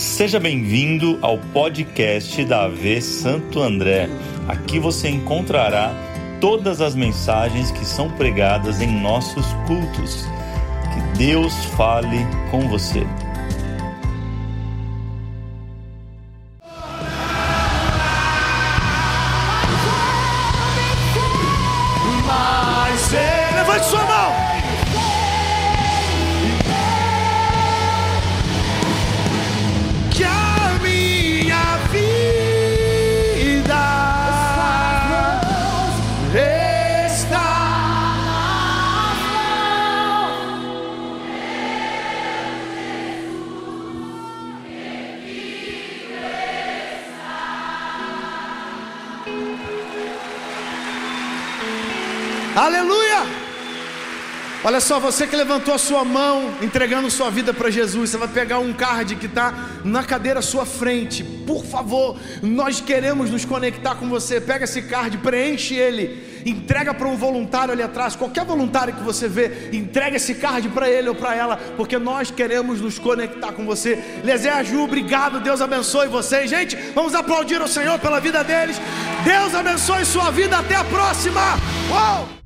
Seja bem-vindo ao podcast da AV Santo André. Aqui você encontrará todas as mensagens que são pregadas em nossos cultos. Que Deus fale com você. Levante sua mão. Que a minha vida está Aleluia! Olha só, você que levantou a sua mão, entregando sua vida para Jesus, você vai pegar um card que está na cadeira à sua frente. Por favor, nós queremos nos conectar com você. Pega esse card, preenche ele, entrega para um voluntário ali atrás. Qualquer voluntário que você vê, entrega esse card para ele ou para ela, porque nós queremos nos conectar com você. Lezé, Ju, obrigado, Deus abençoe vocês. Gente, vamos aplaudir ao Senhor pela vida deles. Deus abençoe sua vida, até a próxima. Uou!